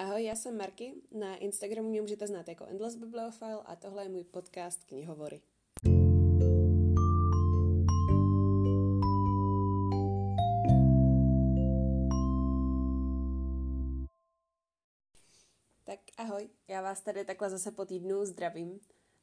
Ahoj, já jsem Marky, na Instagramu mě můžete znát jako Endless Bibliophile a tohle je můj podcast Knihovory. Tak ahoj, já vás tady takhle zase po týdnu zdravím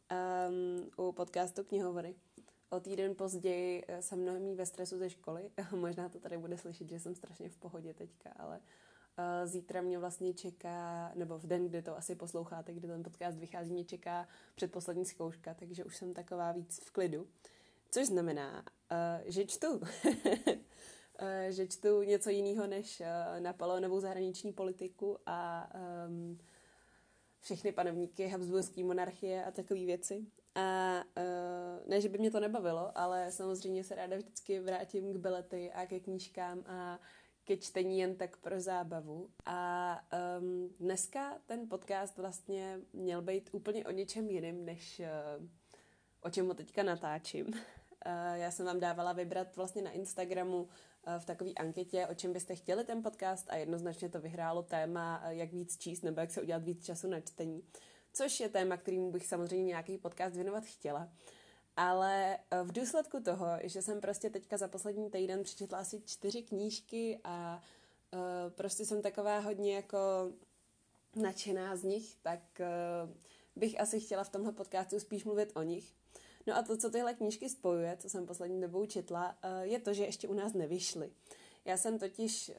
u podcastu Knihovory. O týden později jsem mnohem méně ve stresu ze školy, možná to tady bude slyšet, že jsem strašně v pohodě teďka, ale zítra mě vlastně čeká, nebo v den, kdy to asi posloucháte, kdy ten podcast vychází, mě čeká předposlední zkouška, takže už jsem taková víc v klidu. Což znamená, že čtu. Že čtu něco jiného než Napoleonovu zahraniční politiku a všechny panovníky habsburské monarchie a takové věci. A ne, že by mě to nebavilo, ale samozřejmě se ráda vždycky vrátím k belety a ke knížkám a ke čtení jen tak pro zábavu. A dneska ten podcast vlastně měl být úplně o něčem jiném, než o čem ho teďka natáčím. Já jsem vám dávala vybrat vlastně na Instagramu v takové anketě, o čem byste chtěli ten podcast a jednoznačně to vyhrálo téma, jak víc číst nebo jak se udělat víc času na čtení. Což je téma, kterému bych samozřejmě nějaký podcast věnovat chtěla. Ale v důsledku toho, že jsem prostě teďka za poslední týden přečetla asi 4 knížky a prostě jsem taková hodně jako nadšená z nich, tak bych asi chtěla v tomhle podcastu spíš mluvit o nich. No a to, co tyhle knížky spojuje, co jsem poslední dobou četla, je to, že ještě u nás nevyšly. Já jsem totiž,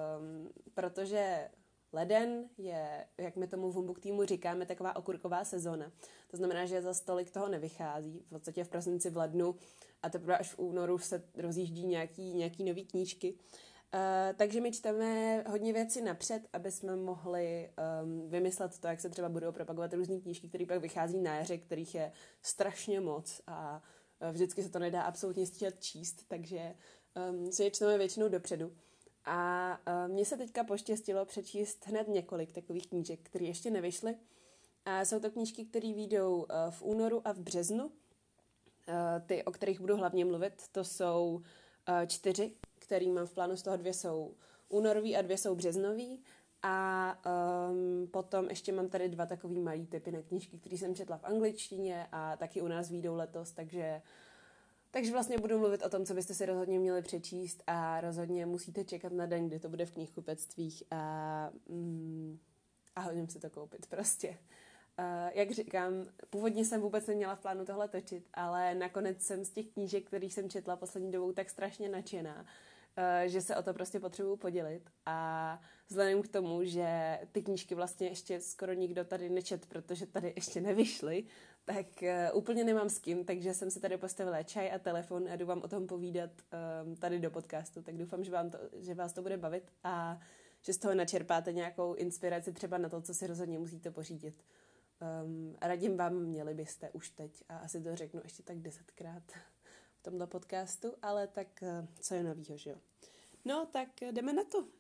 protože leden je, jak my tomu v Humbug týmu říkáme, taková okurková sezóna. To znamená, že za stolik toho nevychází. V podstatě v prosinci, v lednu a teprve až v únoru se rozjíždí nějaký nový knížky. Takže my čteme hodně věci napřed, aby jsme mohli vymyslet to, jak se třeba budou propagovat různý knížky, které pak vychází na jaře, kterých je strašně moc a vždycky se to nedá absolutně stíhat číst, takže si je čteme většinou dopředu. A mně se teďka poštěstilo přečíst hned několik takových knížek, které ještě nevyšly. A jsou to knížky, které vyjdou v únoru a v březnu. Ty, o kterých budu hlavně mluvit, to jsou 4, který mám v plánu, z toho 2 jsou únorový a 2 jsou březnový. A potom ještě mám tady 2 takový malý typy na knížky, které jsem četla v angličtině a taky u nás vyjdou letos, takže vlastně budu mluvit o tom, co byste si rozhodně měli přečíst a rozhodně musíte čekat na den, kdy to bude v knihkupectvích a hodně si to koupit prostě. Jak říkám, původně jsem vůbec neměla v plánu tohle točit, ale nakonec jsem z těch knížek, kterých jsem četla poslední dobou, tak strašně nadšená, že se o to prostě potřebuju podělit. A vzhledem k tomu, že ty knížky vlastně ještě skoro nikdo tady nečet, protože tady ještě nevyšly, tak úplně nemám s kým, takže jsem si tady postavila čaj a telefon a jdu vám o tom povídat tady do podcastu. Tak doufám, že vás to bude bavit a že z toho načerpáte nějakou inspiraci třeba na to, co si rozhodně musíte pořídit. Radím vám, měli byste už teď a asi to řeknu ještě tak 10krát v tomto podcastu, ale tak co je novýho, že jo? No, tak jdeme na to.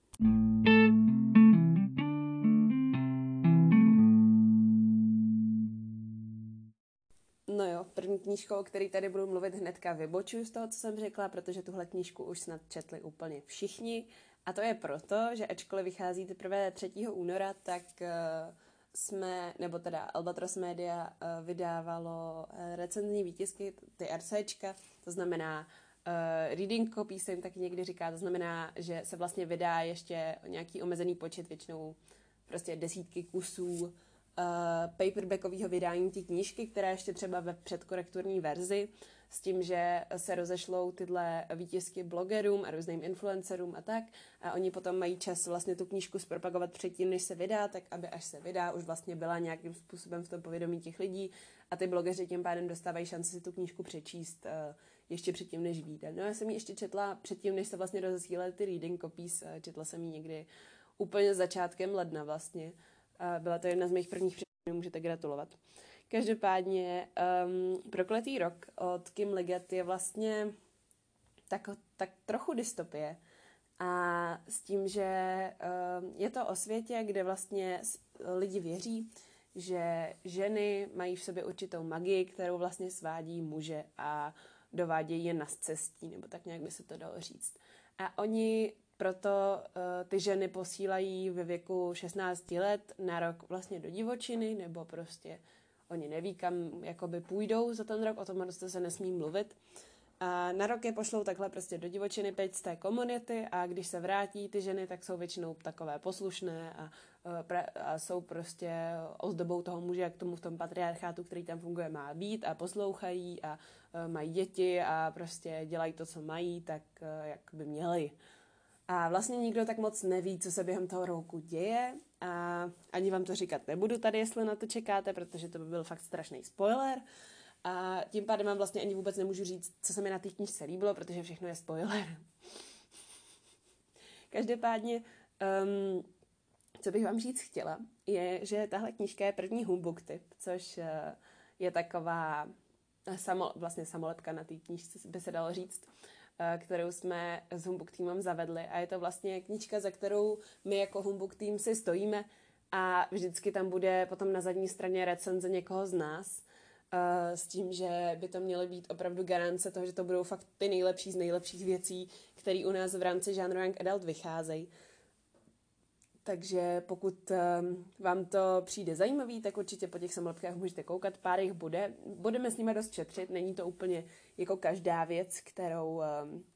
No jo, první knížkou, o který tady budu mluvit hnedka, vybočuju z toho, co jsem řekla, protože tuhle knížku už snad četli úplně všichni. A to je proto, že ačkoliv vychází teprve 3. února, tak nebo teda Albatros Media vydávalo recenzní výtisky, ty RCčka, to znamená reading copy se jim taky někdy říká, to znamená, že se vlastně vydá ještě nějaký omezený počet, většinou prostě desítky kusů paperbackového vydání té knížky, která ještě třeba ve předkorekturní verzi, s tím, že se rozešlou tyhle výtisky blogerům a různým influencerům a tak a oni potom mají čas vlastně tu knížku zpropagovat předtím, než se vydá, tak aby až se vydá, už vlastně byla nějakým způsobem v tom povědomí těch lidí a ty blogeři tím pádem dostávají šanci si tu knížku přečíst ještě předtím, než vyjde. No já jsem ji ještě četla předtím, než se vlastně rozesílaly ty reading copies, četla jsem ji někdy úplně začátkem ledna vlastně. Byla to jedna z mých prvních přečtení, můžete gratulovat. Každopádně Prokletý rok od Kim Liggett je vlastně tak trochu dystopie. A s tím, že je to o světě, kde vlastně lidi věří, že ženy mají v sobě určitou magii, kterou vlastně svádí muže a dovádějí je na scestí, nebo tak nějak by se to dalo říct. A oni proto ty ženy posílají ve věku 16 let na rok vlastně do divočiny, nebo prostě oni neví, kam jakoby půjdou za ten rok, o tom se nesmí mluvit. A na rok je pošlou takhle prostě do divočiny pryč z té komunity a když se vrátí ty ženy, tak jsou většinou takové poslušné a jsou prostě ozdobou toho muže, jak tomu v tom patriarchátu, který tam funguje, má být a poslouchají a mají děti a prostě dělají to, co mají, tak jak by měli. A vlastně nikdo tak moc neví, co se během toho roku děje a ani vám to říkat nebudu tady, jestli na to čekáte, protože to by byl fakt strašný spoiler. A tím pádem vám vlastně ani vůbec nemůžu říct, co se mi na té knížce líbilo, protože všechno je spoiler. Každopádně, co bych vám říct chtěla, je, že tahle knížka je první humbug tip, což je taková vlastně samolepka na té knížce, by se dalo říct, kterou jsme s Humbug týmem zavedli. A je to vlastně knížka, za kterou my jako Humbug tým si stojíme a vždycky tam bude potom na zadní straně recenze někoho z nás, s tím, že by to měly být opravdu garance toho, že to budou fakt ty nejlepší z nejlepších věcí, které u nás v rámci žánru Young Adult vycházejí. Takže pokud vám to přijde zajímavý, tak určitě po těch samolepkách můžete koukat, pár jich bude. Budeme s nimi dost šetřit, není to úplně jako každá věc, kterou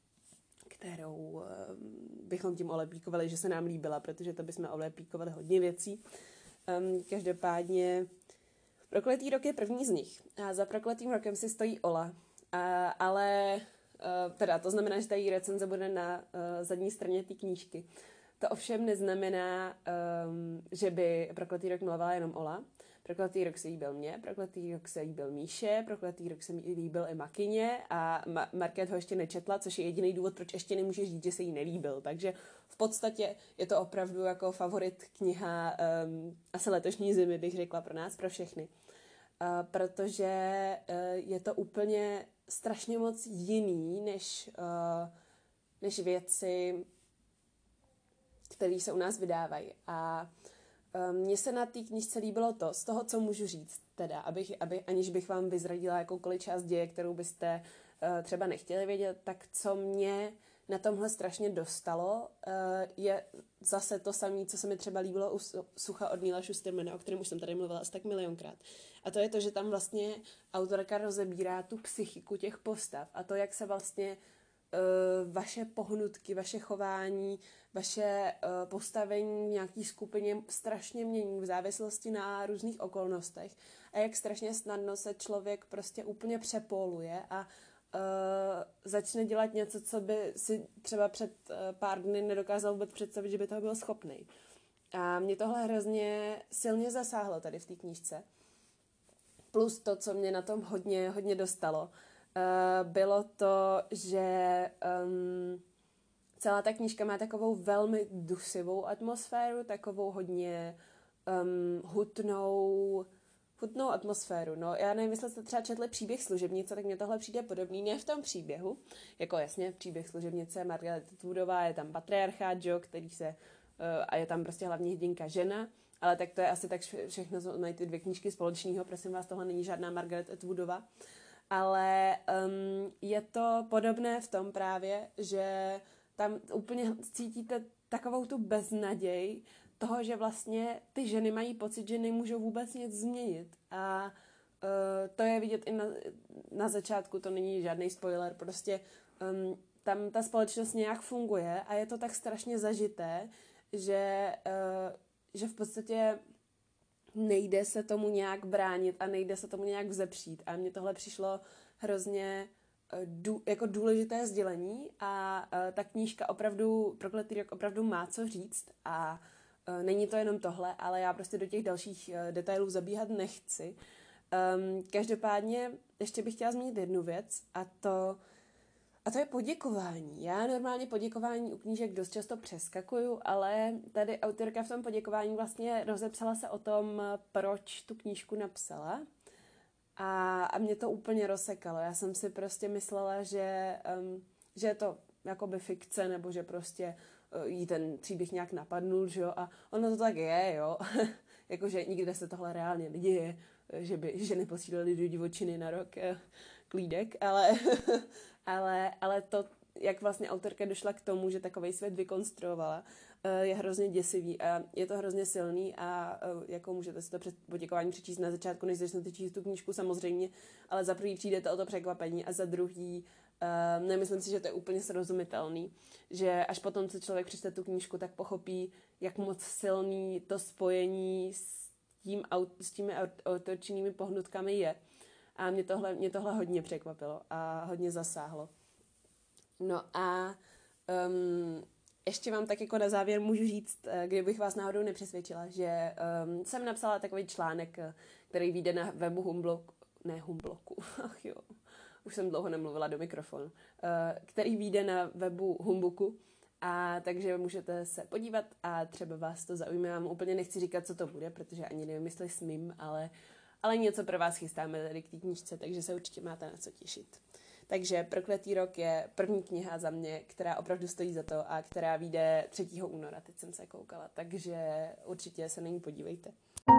bychom tím olepíkovali, že se nám líbila, protože to bychom olepíkovali hodně věcí. Každopádně Prokletý rok je první z nich a za Prokletým rokem si stojí Ola, ale to znamená, že ta její recenze bude na zadní straně té knížky. To ovšem neznamená, že by Prokletý rok milovala jenom Ola. Prokletý rok se líbil mě, Prokletý rok se líbil Míše, Prokletý rok se líbil i Makyně a Market ho ještě nečetla, což je jediný důvod, proč ještě nemůže říct, že se jí nelíbil. Takže v podstatě je to opravdu jako favorit kniha asi letošní zimy, bych řekla, pro nás, pro všechny. Protože je to úplně strašně moc jiný, než věci, které se u nás vydávají. A mně se na té knížce líbilo to, z toho, co můžu říct, teda, aniž bych vám vyzradila jakoukoliv část děje, kterou byste třeba nechtěli vědět, tak co mě na tomhle strašně dostalo, je zase to samé, co se mi třeba líbilo u Sucha od Neila Shustermana, o kterém už jsem tady mluvila asi tak milionkrát. A to je to, že tam vlastně autorka rozebírá tu psychiku těch postav a to, jak se vlastně vaše pohnutky, vaše chování, vaše postavení v nějaké skupině strašně mění v závislosti na různých okolnostech a jak strašně snadno se člověk prostě úplně přepoluje a začne dělat něco, co by si třeba před pár dny nedokázal vůbec představit, že by toho byl schopný. A mě tohle hrozně silně zasáhlo tady v té knížce. Plus to, co mě na tom hodně, hodně dostalo, bylo to, že celá ta knížka má takovou velmi dusivou atmosféru, takovou hodně hutnou atmosféru. No, já nevím, jestli jste třeba četli Příběh služebnice, tak mně tohle přijde podobný, ne v tom příběhu. Jako jasně, Příběh služebnice, Margaret Atwoodová, je tam patriarchát, který se, a je tam prostě hlavní hrdinka žena, ale tak to je asi tak všechno, mají ty dvě knížky společného, prosím vás, tohle není žádná Margaret Atwoodová. Ale je to podobné v tom právě, že tam úplně cítíte takovou tu beznaděj toho, že vlastně ty ženy mají pocit, že nemůžou vůbec nic změnit. A to je vidět i na začátku, to není žádný spoiler, prostě tam ta společnost nějak funguje a je to tak strašně zažité, že v podstatě nejde se tomu nějak bránit a nejde se tomu nějak vzepřít. A mně tohle přišlo hrozně jako důležité sdělení a ta knížka opravdu, Prokletý rok opravdu má co říct a není to jenom tohle, ale já prostě do těch dalších detailů zabíhat nechci. Každopádně ještě bych chtěla zmínit jednu věc a to je poděkování. Já normálně poděkování u knížek dost často přeskakuju, ale tady autorka v tom poděkování vlastně rozepsala se o tom, proč tu knížku napsala a mě to úplně rozsekalo. Já jsem si prostě myslela, že je to jakoby fikce, nebo že prostě jí ten příběh nějak napadnul, že jo, a ono to tak je, jo. Jakože nikde se tohle reálně neděje, že by ženy posílaly do divočiny na rok klídek, ale to jak vlastně autorka došla k tomu, že takovej svět vykonstruovala, je hrozně děsivý a je to hrozně silný a jako můžete si to před poděkováním přečíst na začátku, než začnete číst tu knížku samozřejmě, ale za prvý přijdete o to překvapení a za druhý nemyslím si, že to je úplně srozumitelný, že až potom, co člověk přečte tu knížku, tak pochopí, jak moc silný to spojení s těmi autorčinými pohnutkami je. A mě tohle hodně překvapilo a hodně zasáhlo. No a ještě vám tak jako na závěr můžu říct, kdybych vás náhodou nepřesvědčila, že jsem napsala takový článek, který vyjde na webu Humbloku, ach jo, už jsem dlouho nemluvila do mikrofonu, který vyjde na webu Humbuku, a takže můžete se podívat a třeba vás to zaujme. Já vám úplně nechci říkat, co to bude, protože ani nevím, jestli smím, ale něco pro vás chystáme tady k té knížce, takže se určitě máte na co těšit. Takže Prokletý rok je první kniha za mě, která opravdu stojí za to a která vyjde 3. února, teď jsem se koukala, takže určitě se na ní podívejte.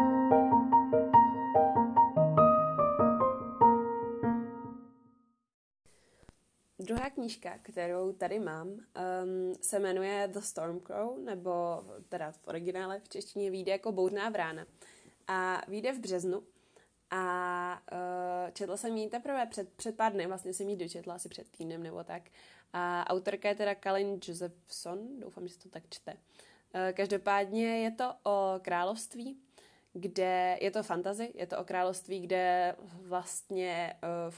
Druhá knížka, kterou tady mám, se jmenuje The Stormcrow, nebo teda v originále v češtině vyjde jako Bouřná vrána. A vyjde v březnu. A četla jsem ji teprve před pár dny, vlastně jsem ji dočetla asi před týdnem nebo tak. A autorka je teda Colin Josephson, doufám, že se to tak čte. Každopádně je to o království, kde je to fantasy, je to o království, kde vlastně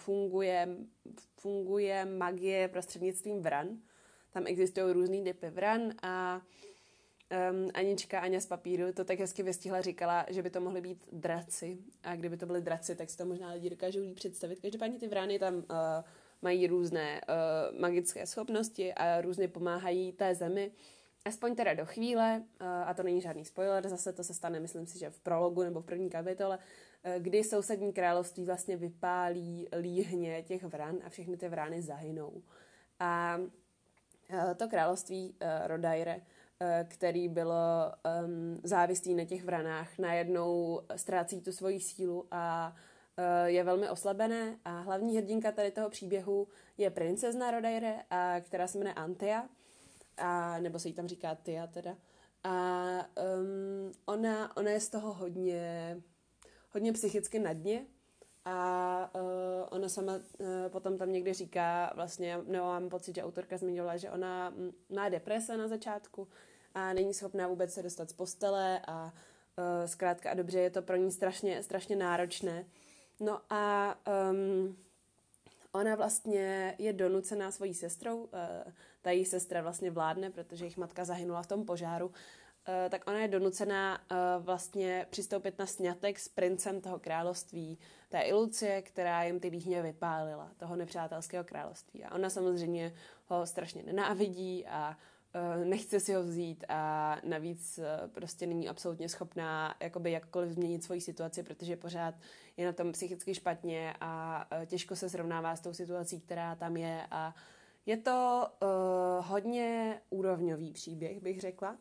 funguje magie prostřednictvím vran. Tam existují různý typy vran a Aňa z papíru to tak hezky vystihla, říkala, že by to mohly být draci a kdyby to byly draci, tak si to možná lidi dokážou líp představit. Každopádně ty vrany tam mají různé magické schopnosti a různě pomáhají té zemi. Aspoň teda do chvíle, a to není žádný spoiler, zase to se stane, myslím si, že v prologu nebo v první kapitole, kdy sousední království vlastně vypálí líhně těch vran a všechny ty vrany zahynou. A to království Rodaire, který bylo závislý na těch vranách, najednou ztrácí tu svoji sílu a je velmi oslabené a hlavní hrdinka tady toho příběhu je princezna Rodaire, která se jmenuje Antea, nebo se jí tam říká Tia teda. A ona je z toho hodně psychicky na dně a ona sama potom tam někdy říká, vlastně, nebo mám pocit, že autorka zmiňovala, že ona má deprese na začátku a není schopná vůbec se dostat z postele a zkrátka a dobře je to pro ní strašně náročné. No a ona vlastně je donucená svojí sestrou, ta její sestra vlastně vládne, protože jejich matka zahynula v tom požáru, tak ona je donucená vlastně přistoupit na sňatek s princem toho království, té Ilucie, která jim ty líhně vypálila, toho nepřátelského království. A ona samozřejmě ho strašně nenávidí a nechce si ho vzít a navíc prostě není absolutně schopná jakoby jakkoliv změnit svoji situaci, protože pořád je na tom psychicky špatně a těžko se srovnává s tou situací, která tam je a je to hodně úrovňový příběh, bych řekla.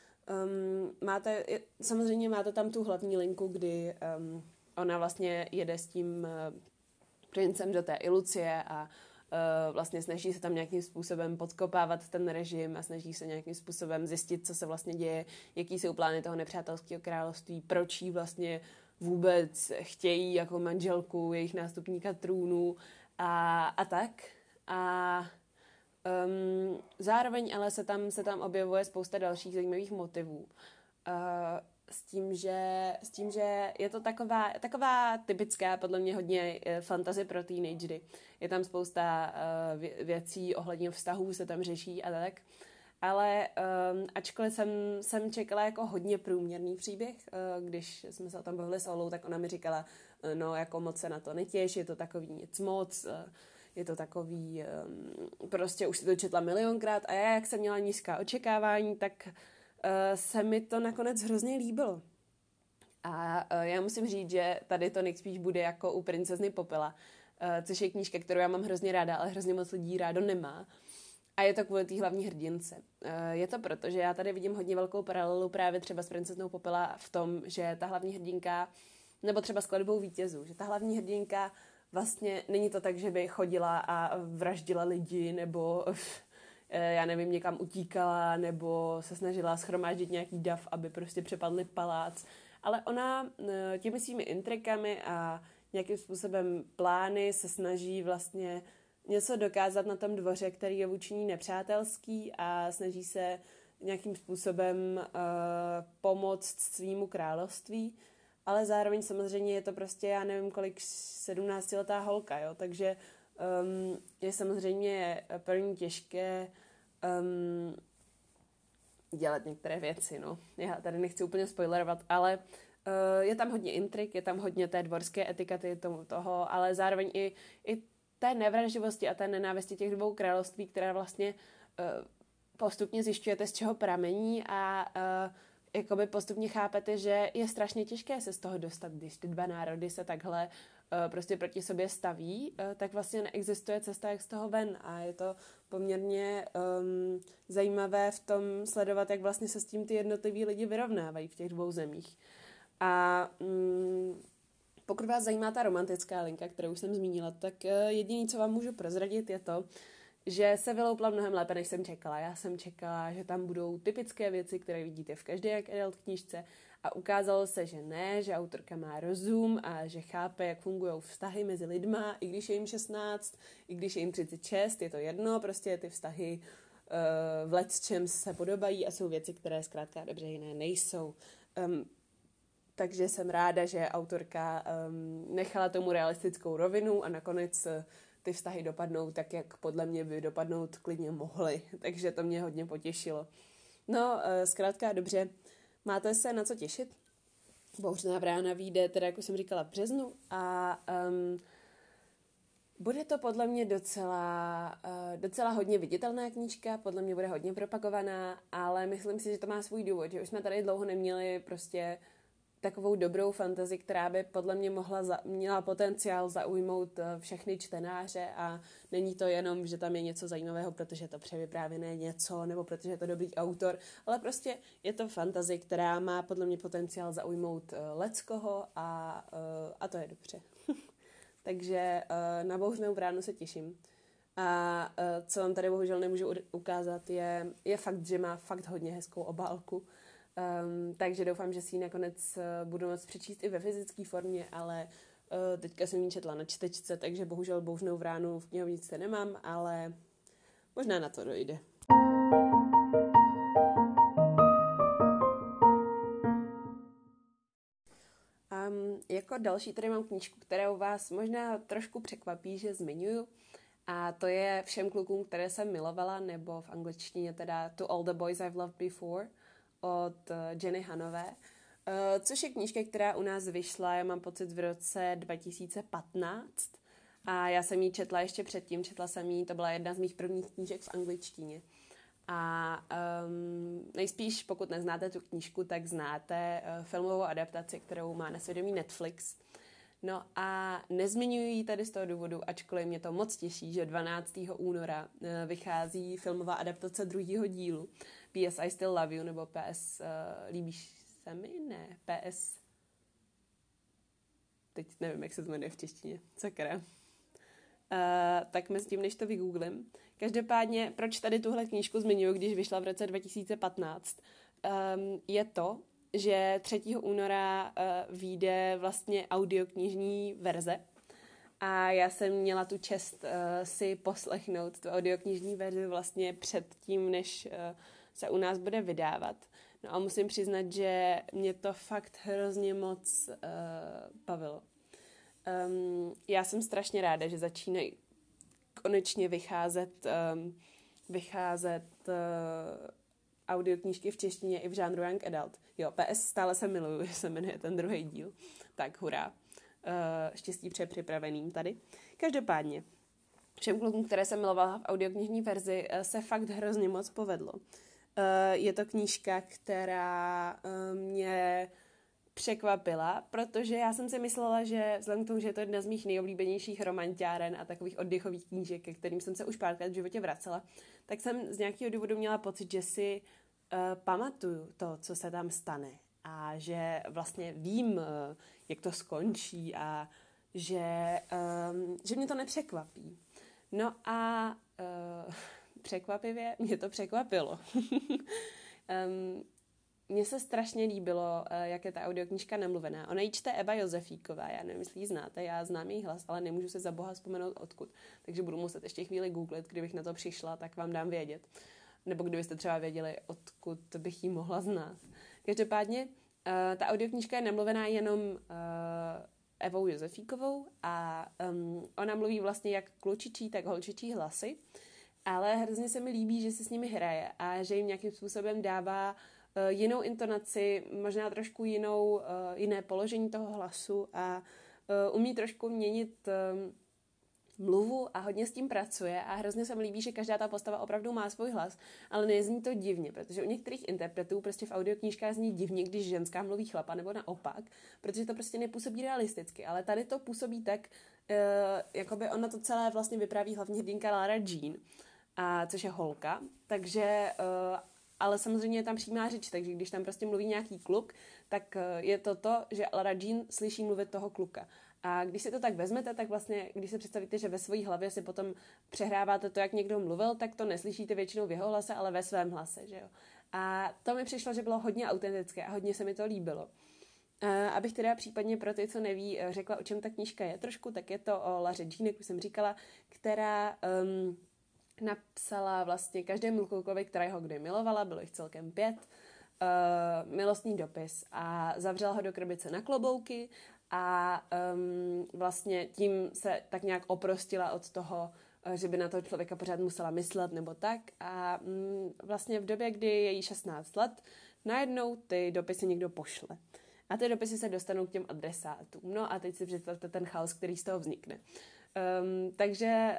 Samozřejmě máte tam tu hlavní linku, kdy ona vlastně jede s tím princem do té Ilucie a vlastně snaží se tam nějakým způsobem podkopávat ten režim a snaží se nějakým způsobem zjistit, co se vlastně děje, jaký jsou plány toho nepřátelského království, proč jí vlastně vůbec chtějí jako manželku jejich nástupníka trůnu a tak. A zároveň ale se tam objevuje spousta dalších zajímavých motivů. S tím, že je to taková typická, podle mě hodně fantasy pro teenagery. Je tam spousta věcí ohledně vztahů se tam řeší a tak. Ale ačkoliv jsem čekala jako hodně průměrný příběh, když jsme se o tom bavili s Olou, tak ona mi říkala, no jako moc se na to netěš, je to takový nic moc, je to takový, prostě už si to četla milionkrát a já, jak jsem měla nízká očekávání, tak se mi to nakonec hrozně líbilo. A já musím říct, že tady to nejspíš bude jako u Princezny Popela, což je knížka, kterou já mám hrozně ráda, ale hrozně moc lidí rádo nemá. A je to kvůli té hlavní hrdince. Je to proto, že já tady vidím hodně velkou paralelu právě třeba s Princeznou Popela v tom, že ta hlavní hrdinka, nebo třeba s Kletbou vítězů, že ta hlavní hrdinka vlastně není to tak, že by chodila a vraždila lidi, nebo já nevím, někam utíkala nebo se snažila shromáždit nějaký dav, aby prostě přepadli palác. Ale ona těmi svými intrikami a nějakým způsobem plány se snaží vlastně něco dokázat na tom dvoře, který je vůči ní nepřátelský a snaží se nějakým způsobem pomoct svýmu království, ale zároveň samozřejmě je to prostě, já nevím kolik, 17letá holka, jo, takže je samozřejmě pro ní těžké dělat některé věci, no. Já tady nechci úplně spoilerovat, ale je tam hodně intrik, je tam hodně té dvorské etikety toho, ale zároveň i té nevraživosti a té nenávisti těch dvou království, která vlastně postupně zjišťujete, z čeho pramení a jakoby postupně chápete, že je strašně těžké se z toho dostat, když ty dva národy se takhle prostě proti sobě staví, tak vlastně neexistuje cesta, jak z toho ven a je to poměrně zajímavé v tom sledovat, jak vlastně se s tím ty jednotliví lidi vyrovnávají v těch dvou zemích. A pokud vás zajímá ta romantická linka, kterou jsem zmínila, tak jediné, co vám můžu prozradit, je to, že se vyloupla mnohem lépe, než jsem čekala. Já jsem čekala, že tam budou typické věci, které vidíte v každé adult knížce a ukázalo se, že ne, že autorka má rozum a že chápe, jak fungují vztahy mezi lidma, i když je jim 16, i když je jim 36, je to jedno, prostě ty vztahy v lecčem se podobají a jsou věci, které zkrátka dobře jiné nejsou. Takže jsem ráda, že autorka nechala tomu realistickou rovinu a nakonec ty vztahy dopadnou tak, jak podle mě by dopadnout klidně mohly. Takže to mě hodně potěšilo. No, zkrátka dobře, máte se na co těšit? Bouřná vrána vyjde, teda jako jsem říkala, v březnu a bude to podle mě docela hodně viditelná knížka, podle mě bude hodně propagovaná, ale myslím si, že to má svůj důvod, že už jsme tady dlouho neměli prostě takovou dobrou fantazii, která by podle mě měla potenciál zaujmout všechny čtenáře a není to jenom, že tam je něco zajímavého, protože je to převyprávěné něco, nebo protože je to dobrý autor, ale prostě je to fantazie, která má podle mě potenciál zaujmout leckoho a to je dobře. Takže na Bouřnou vránu se těším. A co vám tady bohužel nemůžu ukázat, je fakt, že má fakt hodně hezkou obálku. Takže doufám, že si ji nakonec budu moct přečíst i ve fyzické formě, ale teďka jsem ji četla na čtečce, takže bohužel Bouřnou vránu v knihovničce nemám, ale možná na to dojde. Jako další tady mám knížku, kterou vás možná trošku překvapí, že zmiňuju. A to je Všem klukům, které jsem milovala, nebo v angličtině teda To All the Boys I've Loved Before od Jenny Hanové, což je knížka, která u nás vyšla, já mám pocit, v roce 2015 a já jsem ji četla ještě předtím, četla jsem ji, to byla jedna z mých prvních knížek v angličtině. A nejspíš, pokud neznáte tu knížku, tak znáte filmovou adaptaci, kterou má na svědomí Netflix. No a nezmiňuji ji tady z toho důvodu, ačkoliv mě to moc těší, že 12. února vychází filmová adaptace druhého dílu P.S. I Still Love You, nebo P.S. Líbíš se mi? Ne, P.S. Teď nevím, jak se to jmenuje v češtině. Sakra. Tak mezi tím, než to vygooglím. Každopádně, proč tady tuhle knížku zmiňuji, když vyšla v roce 2015? Je to, že 3. února vyjde vlastně audioknižní verze a já jsem měla tu čest si poslechnout tu audioknižní verzi vlastně před tím, než se u nás bude vydávat. No a musím přiznat, že mě to fakt hrozně moc bavilo. Já jsem strašně ráda, že začínají konečně vycházet audioknížky v češtině i v žánru Young Adult. Jo, PS stále se miluju, že se jmenuje ten druhý díl. Tak hurá. Štěstí přepřipraveným tady. Každopádně, Všem klukům, které jsem milovala v audioknižní verzi, se fakt hrozně moc povedlo. Je to knížka, která mě překvapila, protože já jsem si myslela, že vzhledem k tomu, že je to jedna z mých nejoblíbenějších romanťáren a takových oddechových knížek, ke kterým jsem se už párkrát v životě vracela, tak jsem z nějakého důvodu měla pocit, že si pamatuju to, co se tam stane a že vlastně vím, jak to skončí a že mě to nepřekvapí. No a překvapivě mě to překvapilo. Mně se strašně líbilo, jak je ta audioknížka namluvená. Ona ji čte Eva Josefíková, já nevím, jestli ji znáte, já znám její hlas, ale nemůžu se za boha vzpomenout odkud. Takže budu muset ještě chvíli googlit, kdybych na to přišla, tak vám dám vědět. Nebo kdybyste třeba věděli, odkud bych ji mohla znát. Každopádně ta audioknížka je namluvená jenom Evou Josefíkovou a ona mluví vlastně jak klučičí, tak holčičí hlasy, ale hrozně se mi líbí, že se s nimi hraje a že jim nějakým způsobem dává jinou intonaci, možná trošku jiné položení toho hlasu a umí trošku měnit mluvu a hodně s tím pracuje a hrozně se mi líbí, že každá ta postava opravdu má svůj hlas, ale nezní to divně, protože u některých interpretů prostě v audioknížkách zní divně, když ženská mluví chlapa, nebo naopak, protože to prostě nepůsobí realisticky, ale tady to působí tak, jakoby ona to celé vlastně vypráví hlavní hrdinka Lara Jean, což je holka, takže ale samozřejmě je tam přímá řeč, takže když tam prostě mluví nějaký kluk, tak je to, že Lara Jean slyší mluvit toho kluka. A když si to tak vezmete, tak vlastně, když si představíte, že ve své hlavě si potom přehráváte to, jak někdo mluvil, tak to neslyšíte většinou v jeho hlase, ale ve svém hlase, že jo. A to mi přišlo, že bylo hodně autentické a hodně se mi to líbilo. Abych teda případně pro ty, co neví, řekla, o čem ta knížka je trošku, tak je to o Laře Jean, jak už jsem říkala, která napsala vlastně každému klukovi, která ho kdy milovala, bylo jich celkem 5, milostný dopis a zavřela ho do krabice na klobouky a vlastně tím se tak nějak oprostila od toho, že by na toho člověka pořád musela myslet nebo tak a vlastně v době, kdy je jí 16 let, najednou ty dopisy někdo pošle. A ty dopisy se dostanou k těm adresátům. No a teď si představte ten chaos, který z toho vznikne. Takže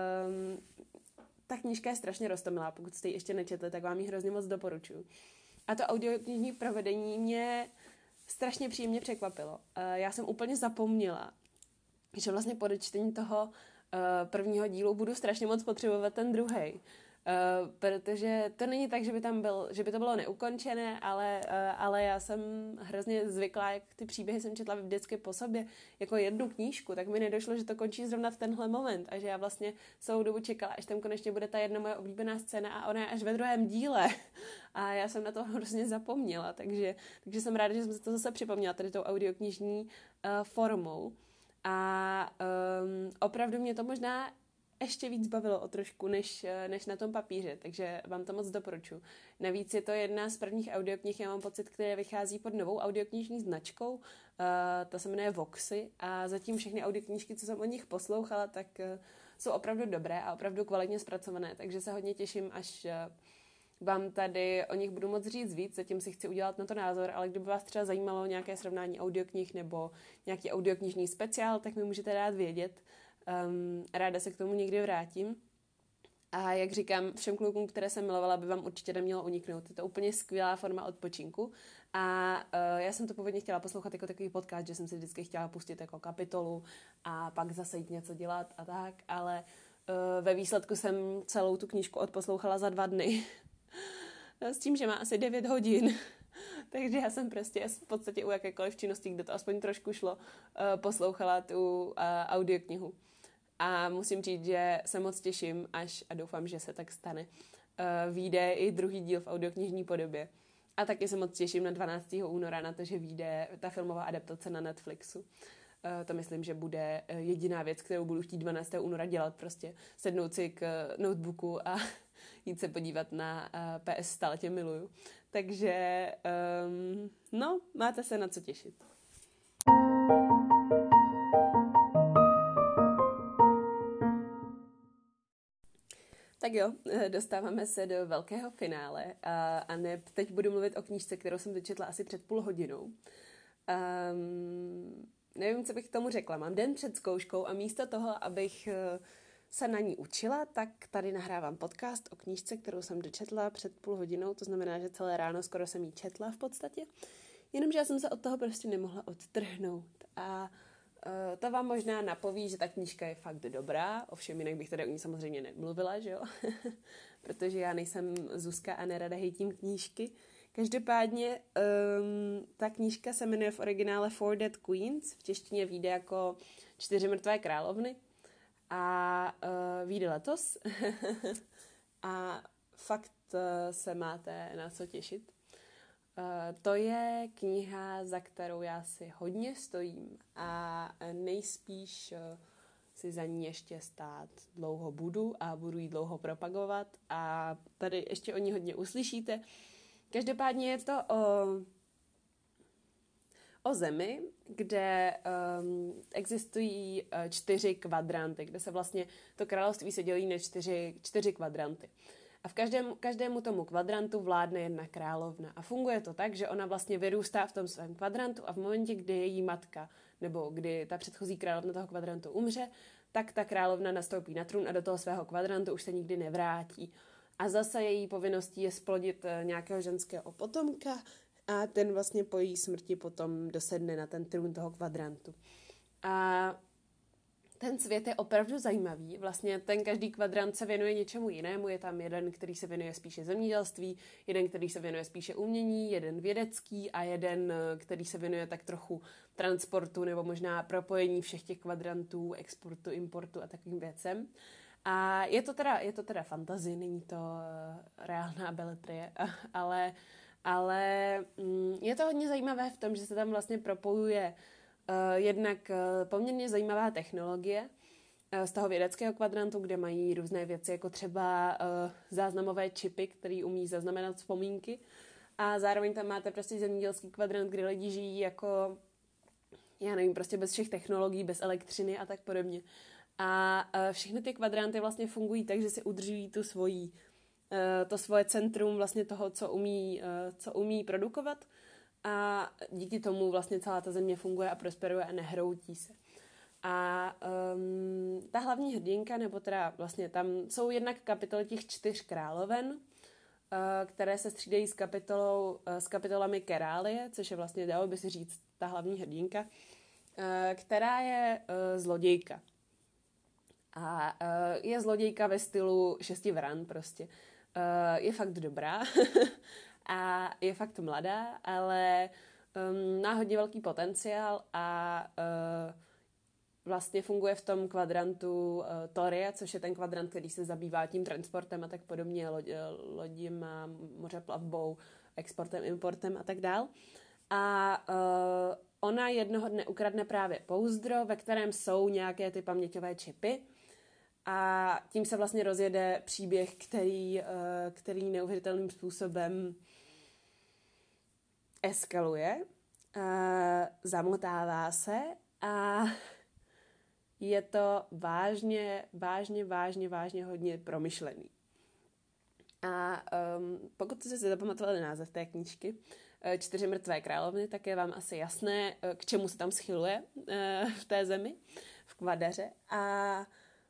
ta knížka je strašně roztomilá. Pokud jste ji ještě nečetli, tak vám ji hrozně moc doporučuji. A to audioknižní provedení mě strašně příjemně překvapilo. Já jsem úplně zapomněla, že vlastně po dočtení toho prvního dílu budu strašně moc potřebovat ten druhej. Protože to není tak, že by to bylo neukončené, ale já jsem hrozně zvyklá, jak ty příběhy jsem četla vždycky po sobě, jako jednu knížku, tak mi nedošlo, že to končí zrovna v tenhle moment a že já vlastně celou dobu čekala, až tam konečně bude ta jedna moje oblíbená scéna a ona je až ve druhém díle a já jsem na to hrozně zapomněla, takže jsem ráda, že jsem si to zase připomněla tady tou audioknižní formou a opravdu mě to možná ještě víc bavilo o trošku, než na tom papíře, takže vám to moc doporučuji. Navíc je to jedna z prvních audioknih, já mám pocit, které vychází pod novou audioknižní značkou, ta se jmenuje Voxy a zatím všechny audioknížky, co jsem od nich poslouchala, tak jsou opravdu dobré a opravdu kvalitně zpracované, takže se hodně těším, až vám tady o nich budu moc říct víc, zatím si chci udělat na to názor, ale kdyby vás třeba zajímalo nějaké srovnání audioknih nebo nějaký audioknižní speciál, tak mi můžete dát vědět. Ráda se k tomu někdy vrátím. A jak říkám, všem klukům, které jsem milovala, by vám určitě nemělo uniknout. Je to úplně skvělá forma odpočinku. A já jsem to původně chtěla poslouchat jako takový podcast, že jsem si vždycky chtěla pustit jako kapitolu a pak zase jít něco dělat a tak, ale ve výsledku jsem celou tu knížku odposlouchala za 2 dny. S tím, že má asi 9 hodin. Takže já jsem prostě v podstatě u jakékoliv činnosti, kde to aspoň trošku šlo, poslouchala tu audioknihu. A musím říct, že se moc těším, a doufám, že se tak stane, vyjde i druhý díl v audioknižní podobě. A taky se moc těším na 12. února na to, že vyjde ta filmová adaptace na Netflixu. To myslím, že bude jediná věc, kterou budu chtít 12. února dělat, prostě sednout si k notebooku a jít se podívat na PS Stále tě miluju. Takže, máte se na co těšit. Tak jo, dostáváme se do velkého finále a teď budu mluvit o knížce, kterou jsem dočetla asi před půl hodinou. Nevím, co bych k tomu řekla. Mám den před zkouškou a místo toho, abych se na ní učila, tak tady nahrávám podcast o knížce, kterou jsem dočetla před půl hodinou, to znamená, že celé ráno skoro jsem ji četla v podstatě, jenomže já jsem se od toho prostě nemohla odtrhnout a to vám možná napoví, že ta knížka je fakt dobrá, ovšem jinak bych tady o ní samozřejmě nemluvila, že jo, protože já nejsem Zuzka a nerada hejtím knížky. Každopádně ta knížka se jmenuje v originále Four Dead Queens, v češtině vyjde jako 4 mrtvé královny a vyjde letos. a fakt se máte na co těšit. To je kniha, za kterou já si hodně stojím a nejspíš si za ní ještě stát dlouho budu a budu ji dlouho propagovat a tady ještě o ní hodně uslyšíte. Každopádně je to o zemi, kde existují 4 kvadranty, kde se vlastně to království se dělí na 4 kvadranty. A v každému tomu kvadrantu vládne jedna královna. A funguje to tak, že ona vlastně vyrůstá v tom svém kvadrantu a v momentě, kdy její matka nebo kdy ta předchozí královna toho kvadrantu umře, tak ta královna nastoupí na trůn a do toho svého kvadrantu už se nikdy nevrátí. A zase její povinností je splodit nějakého ženského potomka a ten vlastně po její smrti potom dosedne na ten trůn toho kvadrantu. A ten svět je opravdu zajímavý. Vlastně ten každý kvadrant se věnuje něčemu jinému. Je tam jeden, který se věnuje spíše zemědělství, jeden, který se věnuje spíše umění, jeden vědecký a jeden, který se věnuje tak trochu transportu nebo možná propojení všech těch kvadrantů, exportu, importu a takovým věcem. A je to teda fantasy, není to reálná beletrie, ale je to hodně zajímavé v tom, že se tam vlastně propojuje jednak poměrně zajímavá technologie z toho vědeckého kvadrantu, kde mají různé věci, jako třeba záznamové čipy, které umí zaznamenat vzpomínky. A zároveň tam máte prostě zemědělský kvadrant, kde lidi žijí jako, já nevím, prostě bez všech technologií, bez elektřiny a tak podobně. A všechny ty kvadranty vlastně fungují tak, že si udržují to svoje centrum vlastně toho, co umí produkovat. A díky tomu vlastně celá ta země funguje a prosperuje a nehroutí se. A ta hlavní hrdinka, nebo teda vlastně tam jsou jednak kapitoly těch 4 královen, které se střídají s kapitolami Kerálie, což je vlastně, dalo by si říct, ta hlavní hrdinka, která je zlodějka. A je zlodějka ve stylu 6 vran prostě. Je fakt dobrá a je fakt mladá, ale má hodně velký potenciál a vlastně funguje v tom kvadrantu Toria, což je ten kvadrant, který se zabývá tím transportem a tak podobně, loděma, mořeplavbou, exportem, importem a tak dál. A ona jednoho dne ukradne právě pouzdro, ve kterém jsou nějaké ty paměťové čipy. A tím se vlastně rozjede příběh, který neuvěřitelným způsobem eskaluje, zamotává se a je to vážně hodně promyšlený. A pokud jste si zapamatovali název té knížky 4 mrtvé královny, tak je vám asi jasné, k čemu se tam schyluje v té zemi, v Kvadaře. A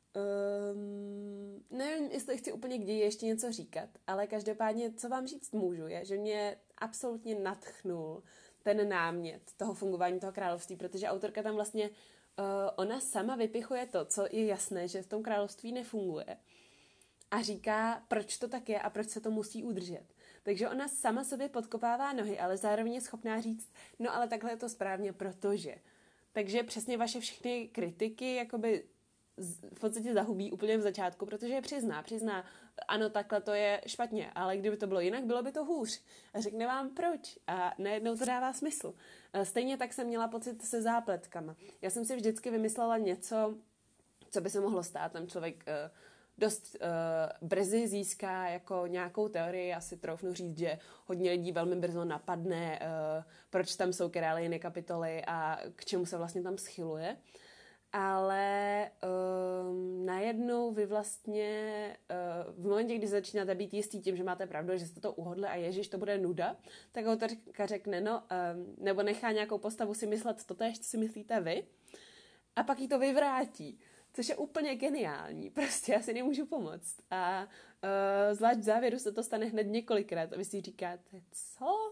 nevím, jestli chci úplně k ději ještě něco říkat, ale každopádně, co vám říct můžu, je, že mě absolutně nadchnul ten námět toho fungování toho království, protože autorka tam vlastně, ona sama vypichuje to, co je jasné, že v tom království nefunguje a říká, proč to tak je a proč se to musí udržet. Takže ona sama sobě podkopává nohy, ale zároveň je schopná říct, no ale takhle je to správně, protože. Takže přesně vaše všechny kritiky jakoby v podstatě zahubí úplně v začátku, protože je přizná, ano, takhle to je špatně, ale kdyby to bylo jinak, bylo by to hůř. A řekne vám proč. A najednou to dává smysl. Stejně tak jsem měla pocit se zápletkama. Já jsem si vždycky vymyslela něco, co by se mohlo stát. Tam člověk dost brzy získá jako nějakou teorii. Já si troufnu říct, že hodně lidí velmi brzo napadne, proč tam jsou Keráliiny kapitoly a k čemu se vlastně tam schyluje. Ale najednou vy vlastně v momentě, kdy začínáte být jistý tím, že máte pravdu, že jste to uhodli a ježiš, to bude nuda, tak autorka řekne, nebo nechá nějakou postavu si myslet totéž, co si myslíte vy, a pak jí to vyvrátí, což je úplně geniální, prostě já si nemůžu pomoct. A zvlášť v závěru se to stane hned několikrát a vy si říkáte, co?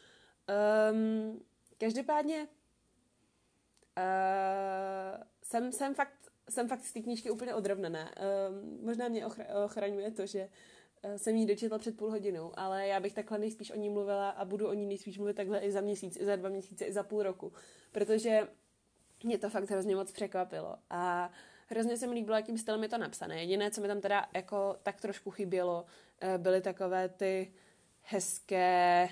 Každopádně jsem fakt z té knížky úplně odrovnaná. Možná mě ochraňuje to, že jsem jí dočetla před půl hodinou, ale já bych takhle nejspíš o ní mluvila a budu o ní nejspíš mluvit takhle i za měsíc, i za 2 měsíce, i za půl roku, protože mě to fakt hrozně moc překvapilo. A hrozně se mi líbilo, jakým stylem je to napsané. Jediné, co mi tam teda jako tak trošku chybělo, byly takové ty hezké,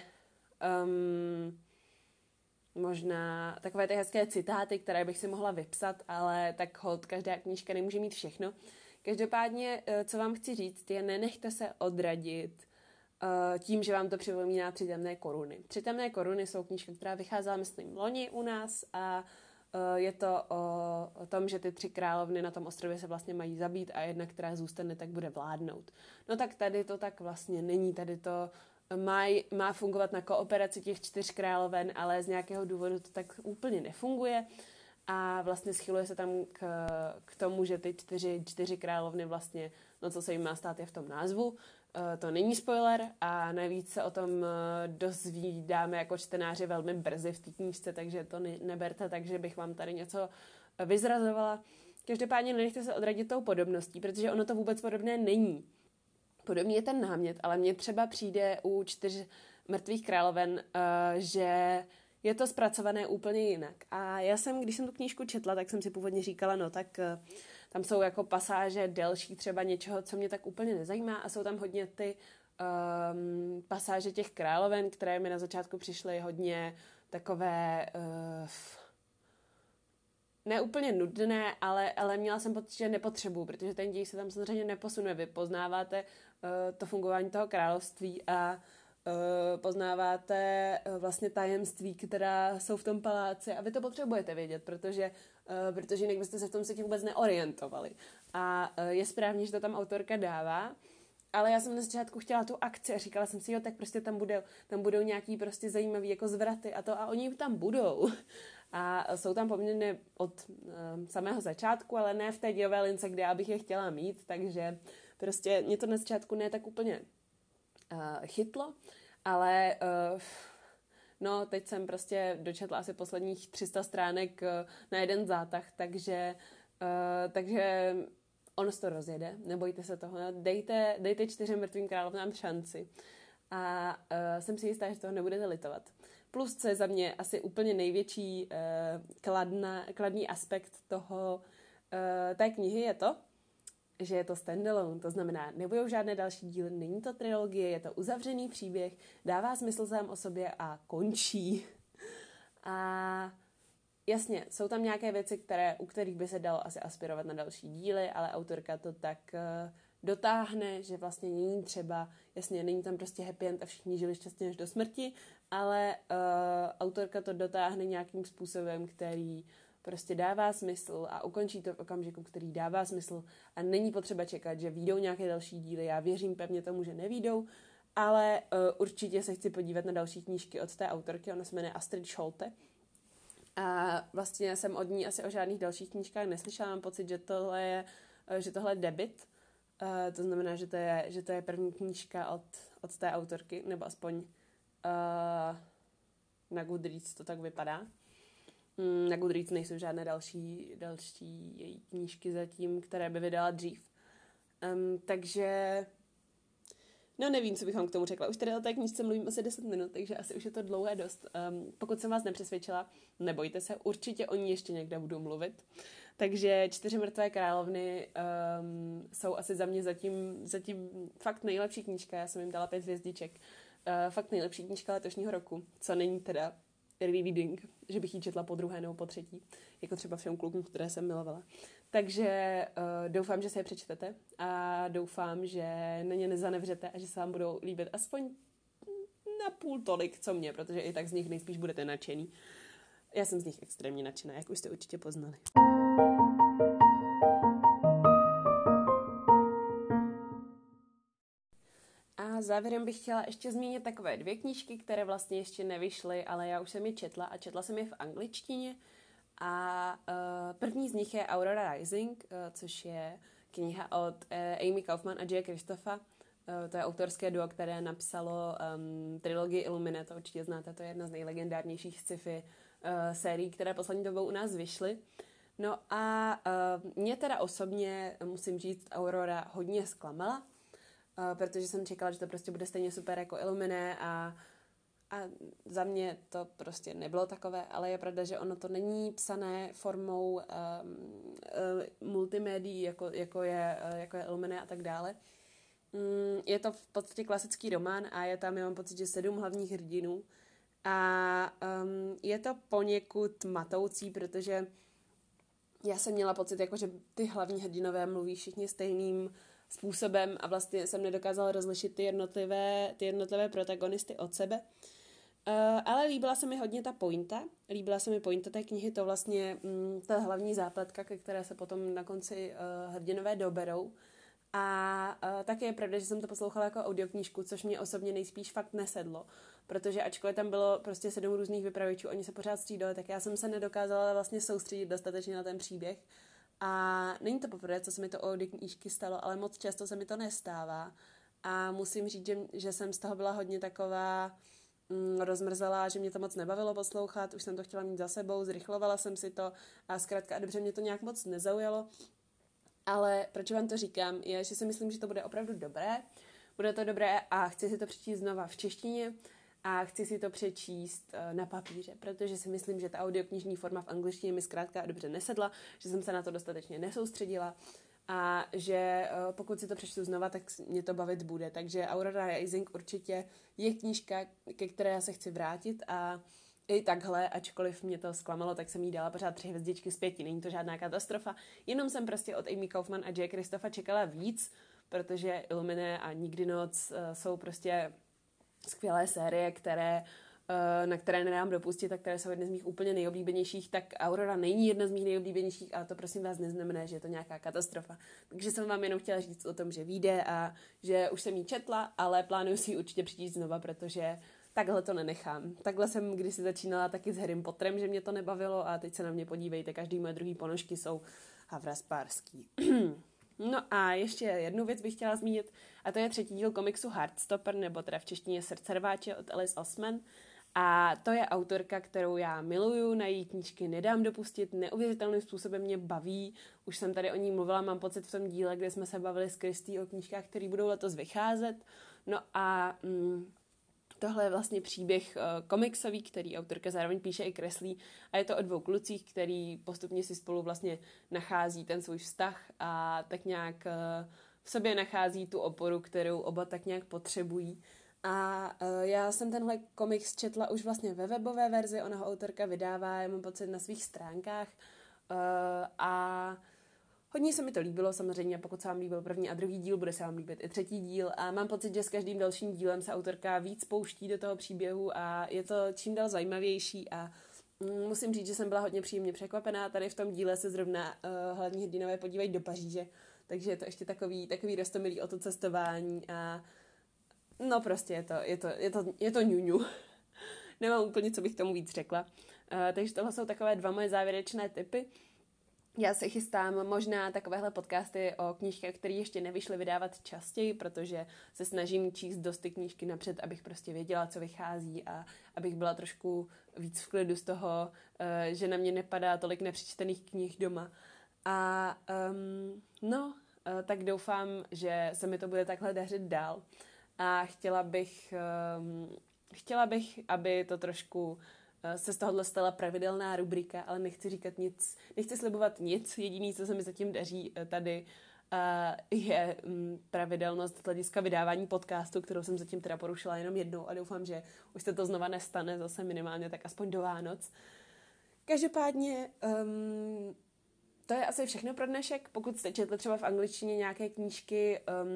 možná takové ty hezké citáty, které bych si mohla vypsat, ale tak holt, každá knížka nemůže mít všechno. Každopádně, co vám chci říct, je nenechte se odradit tím, že vám to připomíná Tři temné koruny. Tři temné koruny jsou knížka, která vycházela, myslím, loni u nás a je to o tom, že ty tři královny na tom ostrově se vlastně mají zabít a jedna, která zůstane, tak bude vládnout. No tak tady to tak vlastně není. Tady to má fungovat na kooperaci těch 4 královen, ale z nějakého důvodu to tak úplně nefunguje. A vlastně schyluje se tam k tomu, že ty 4 královny vlastně, no co se jim má stát je v tom názvu, to není spoiler a navíc se o tom dozvídáme jako čtenáři velmi brzy v té knížce, takže to neberte tak, že bych vám tady něco vyzrazovala. Každopádně nenechte se odradit tou podobností, protože ono to vůbec podobné není. Podobný je ten námět, ale mně třeba přijde u 4 mrtvých královen, že je to zpracované úplně jinak. A já když jsem tu knížku četla, tak jsem si původně říkala, no tak tam jsou jako pasáže delší třeba něčeho, co mě tak úplně nezajímá a jsou tam hodně ty pasáže těch královen, které mi na začátku přišly hodně takové ne úplně nudné, ale měla jsem pocit, že nepotřebuji, protože ten děj se tam samozřejmě neposunuje. Vy poznáváte to fungování toho království a poznáváte vlastně tajemství, která jsou v tom paláci a vy to potřebujete vědět, protože jinak byste se v tom světě vůbec neorientovali. A je správně, že to tam autorka dává, ale já jsem na začátku chtěla tu akci a říkala jsem si, jo, tak prostě tam budou nějaký prostě zajímavý jako zvraty a oni tam budou. A jsou tam poměrně od samého začátku, ale ne v té dějové lince, kde já bych je chtěla mít, takže prostě mě to na začátku ne tak úplně chytlo, ale no, teď jsem prostě dočetla asi posledních 300 stránek na jeden zátah, takže ono se to rozjede, nebojte se toho, dejte 4 mrtvým královnám šanci a jsem si jistá, že toho nebudete litovat. Plus, co je za mě asi úplně největší kladný aspekt té knihy je to, že je to standalone, to znamená, nebudou žádné další díly, není to trilogie, je to uzavřený příběh, dává smysl sám o sobě a končí. A jasně, jsou tam nějaké věci, u kterých by se dalo asi aspirovat na další díly, ale autorka to tak dotáhne, že vlastně není třeba, jasně, není tam prostě happy end a všichni žili šťastně až do smrti, ale autorka to dotáhne nějakým způsobem, který prostě dává smysl a ukončí to v okamžiku, který dává smysl a není potřeba čekat, že vyjdou nějaké další díly. Já věřím pevně tomu, že nevyjdou, ale určitě se chci podívat na další knížky od té autorky, ona se jmenuje Astrid Scholte. A vlastně jsem od ní asi o žádných dalších knížkách neslyšela, mám pocit, že tohle je debut. To znamená, že to je první knížka od té autorky, nebo aspoň na Goodreads to tak vypadá. Na Goodreads nejsou žádné další její knížky zatím, které by vydala dřív. Takže no nevím, co bych vám k tomu řekla. Už tady o té knížce mluvím asi 10 minut, takže asi už je to dlouhé dost. Pokud jsem vás nepřesvědčila, nebojte se, určitě o ní ještě někde budu mluvit. Takže 4 mrtvé královny jsou asi za mě zatím fakt nejlepší knížka. Já jsem jim dala 5 hvězdiček. Fakt nejlepší knížka letošního roku, co není teda rereading, že bych ji četla po druhé nebo po třetí, jako třeba Filmklub, které jsem milovala. Takže doufám, že se je přečtete a doufám, že na ně nezanevřete a že se vám budou líbit aspoň na půl tolik, co mě, protože i tak z nich nejspíš budete nadšený. Já jsem z nich extrémně nadšená, jak už jste určitě poznali. A závěrem bych chtěla ještě zmínit takové 2 knížky, které vlastně ještě nevyšly, ale já už jsem je četla a četla jsem je v angličtině. A první z nich je Aurora Rising, což je kniha od Amy Kaufman a Jaya Kristofa. To je autorské duo, které napsalo trilogii Illuminae, to určitě znáte, to je jedna z nejlegendárnějších sci-fi sérií, které poslední dobou u nás vyšly. No a mě teda osobně, musím říct, Aurora hodně zklamala, protože jsem čekala, že to prostě bude stejně super jako Illuminae a za mě to prostě nebylo takové, ale je pravda, že ono to není psané formou multimédií, jako je Illuminae a tak dále. Je to v podstatě klasický román a je tam, já mám pocit, že 7 hlavních hrdinů a je to poněkud matoucí, protože já jsem měla pocit, jako, že ty hlavní hrdinové mluví všichni stejným způsobem a vlastně jsem nedokázala rozlišit ty jednotlivé protagonisty od sebe. Ale líbila se mi hodně ta pointa. Líbila se mi pointa té knihy, to vlastně ta hlavní zápletka, ke které se potom na konci hrdinové doberou. A také je pravda, že jsem to poslouchala jako audioknížku, což mě osobně nejspíš fakt nesedlo, protože ačkoliv tam bylo prostě 7 různých vypravěčů, oni se pořád střídali, tak já jsem se nedokázala vlastně soustředit dostatečně na ten příběh. A není to poprvé, co se mi to u audioknížky stalo, ale moc často se mi to nestává. A musím říct, že jsem z toho byla hodně taková rozmrzela, že mě to moc nebavilo poslouchat, už jsem to chtěla mít za sebou, zrychlovala jsem si to a zkrátka dobře mě to nějak moc nezaujalo. Ale proč vám to říkám, je, že si myslím, že to bude opravdu dobré. Bude to dobré a chci si to přečíst znova v češtině a chci si to přečíst na papíře, protože si myslím, že ta audioknižní forma v angličtině mi zkrátka dobře nesedla, že jsem se na to dostatečně nesoustředila a že pokud si to přečtu znova, tak mě to bavit bude. Takže Aurora Rising určitě je knížka, ke které já se chci vrátit a i takhle, ačkoliv mě to zklamalo, tak jsem jí dala pořád 3 hvězdičky z 5, není to žádná katastrofa, jenom jsem prostě od Amy Kaufman a Jay Kristofa čekala víc, protože Illuminae a Nikdy noc jsou prostě skvělé série, na které nedám dopustit a které jsou jedny z mých úplně nejoblíbenějších, tak Aurora není jedna z mých nejoblíbenějších, ale to prosím vás neznamená, že je to nějaká katastrofa. Takže jsem vám jenom chtěla říct o tom, že vyjde a že už jsem ji četla, ale plánuju si ji určitě přečíst znova, protože takhle to nenechám. Takhle jsem kdysi začínala taky s Harrym Potterem, že mě to nebavilo a teď se na mě podívejte, každý moje druhý ponožky jsou havraspárský. No a ještě jednu věc bych chtěla zmínit a to je 3. díl komiksu Heartstopper, nebo teda v češtině Srdce rváče od Alice Oseman. A to je autorka, kterou já miluju, na její knížky nedám dopustit, neuvěřitelným způsobem mě baví. Už jsem tady o ní mluvila, mám pocit v tom díle, kde jsme se bavili s Kristý o knížkách, které budou letos vycházet. No a tohle je vlastně příběh komiksový, který autorka zároveň píše i kreslí a je to o 2 klucích, který postupně si spolu vlastně nachází ten svůj vztah a tak nějak v sobě nachází tu oporu, kterou oba tak nějak potřebují. A já jsem tenhle komiks četla už vlastně ve webové verzi, ona ho autorka vydává, já mám pocit, na svých stránkách a hodně se mi to líbilo, samozřejmě, pokud se vám líbil 1. a 2. díl, bude se vám líbit i 3. díl a mám pocit, že s každým dalším dílem se autorka víc pouští do toho příběhu a je to čím dál zajímavější a musím říct, že jsem byla hodně příjemně překvapená. Tady v tom díle se zrovna hlavní hrdinové podívají do Paříže, takže je to ještě takový roztomilý o to cestování a no prostě je to ňuňu. Nemám úplně, co bych tomu víc řekla. Takže tohle jsou takové 2 moje závěrečné tipy. Já se chystám možná takovéhle podcasty o knížkách, které ještě nevyšly, vydávat častěji, protože se snažím číst dost ty knížky napřed, abych prostě věděla, co vychází a abych byla trošku víc v klidu z toho, že na mě nepadá tolik nepřečtených knih doma. A tak doufám, že se mi to bude takhle dařit dál. A chtěla bych, aby to trošku se z tohohle stala pravidelná rubrika, ale nechci říkat nic, nechci slibovat nic, jediný, co se mi zatím daří tady, je pravidelnost z hlediska vydávání podcastu, kterou jsem zatím teda porušila jenom jednou a doufám, že už se to znova nestane, zase minimálně tak aspoň do Vánoc. Každopádně to je asi všechno pro dnešek. Pokud jste četli třeba v angličtině nějaké knížky,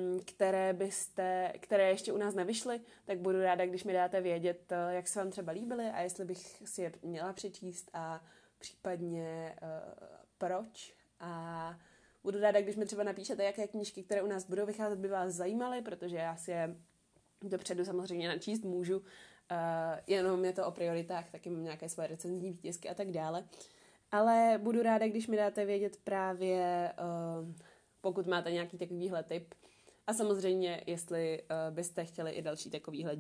které ještě u nás nevyšly, tak budu ráda, když mi dáte vědět, jak se vám třeba líbily a jestli bych si je měla přečíst a případně proč. A budu ráda, když mi třeba napíšete, jaké knížky, které u nás budou vycházet, by vás zajímaly, protože já si je dopředu samozřejmě načíst můžu. Jenom je to o prioritách, taky mám nějaké svoje recenzní výtisky a tak dále. Ale budu ráda, když mi dáte vědět právě, pokud máte nějaký takovýhle tip. A samozřejmě, jestli byste chtěli i další takovýhle.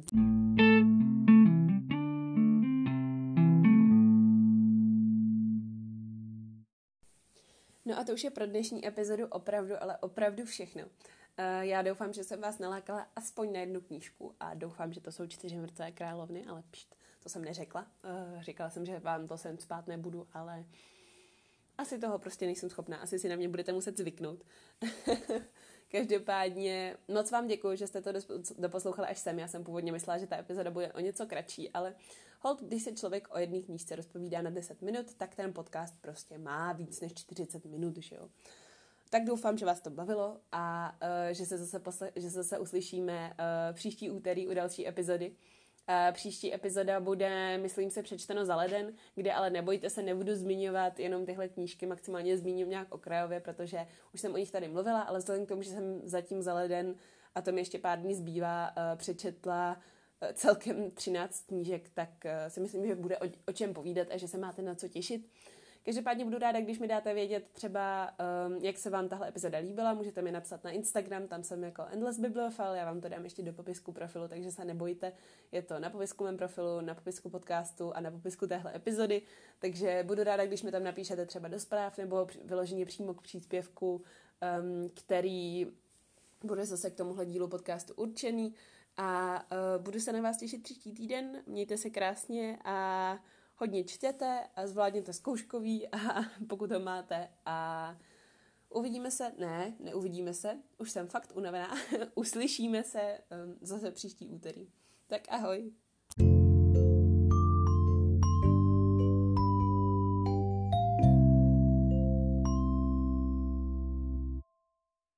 No a to už je pro dnešní epizodu opravdu, ale opravdu všechno. Já doufám, že jsem vás nalákala aspoň na jednu knížku a doufám, že to jsou 4 mrtvé královny, ale to jsem neřekla. Říkala jsem, že vám to sem spát nebudu, ale asi toho prostě nejsem schopná. Asi si na mě budete muset zvyknout. Každopádně moc vám děkuji, že jste to doposlouchali až sem. Já jsem původně myslela, že ta epizoda bude o něco kratší, ale holt, když se člověk o jedné knížce rozpovídá na 10 minut, tak ten podcast prostě má víc než 40 minut, že jo. Tak doufám, že vás to bavilo a že se zase uslyšíme příští úterý u další epizody. Příští epizoda bude, myslím se, přečteno za leden, kde ale nebojte se, nebudu zmiňovat jenom tyhle knížky, maximálně zmíním nějak okrajově, protože už jsem o nich tady mluvila, ale vzhledem k tomu, že jsem zatím za leden a to mi ještě pár dní zbývá, přečetla celkem 13 knížek, tak si myslím, že bude o čem povídat a že se máte na co těšit. Každopádně budu ráda, když mi dáte vědět třeba, jak se vám tahle epizoda líbila, můžete mi napsat na Instagram, tam jsem jako Endless Bibliophile, já vám to dám ještě do popisku profilu, takže se nebojte, je to na popisku mém profilu, na popisku podcastu a na popisku téhle epizody, takže budu ráda, když mi tam napíšete třeba do zpráv nebo vyloženě přímo k příspěvku, který bude zase k tomuhle dílu podcastu určený a budu se na vás těšit příští týden, mějte se krásně a hodně čtěte a zvládněte zkouškový, a pokud ho máte. A uvidíme se, neuvidíme se, už jsem fakt unavená, uslyšíme se zase příští úterý. Tak ahoj.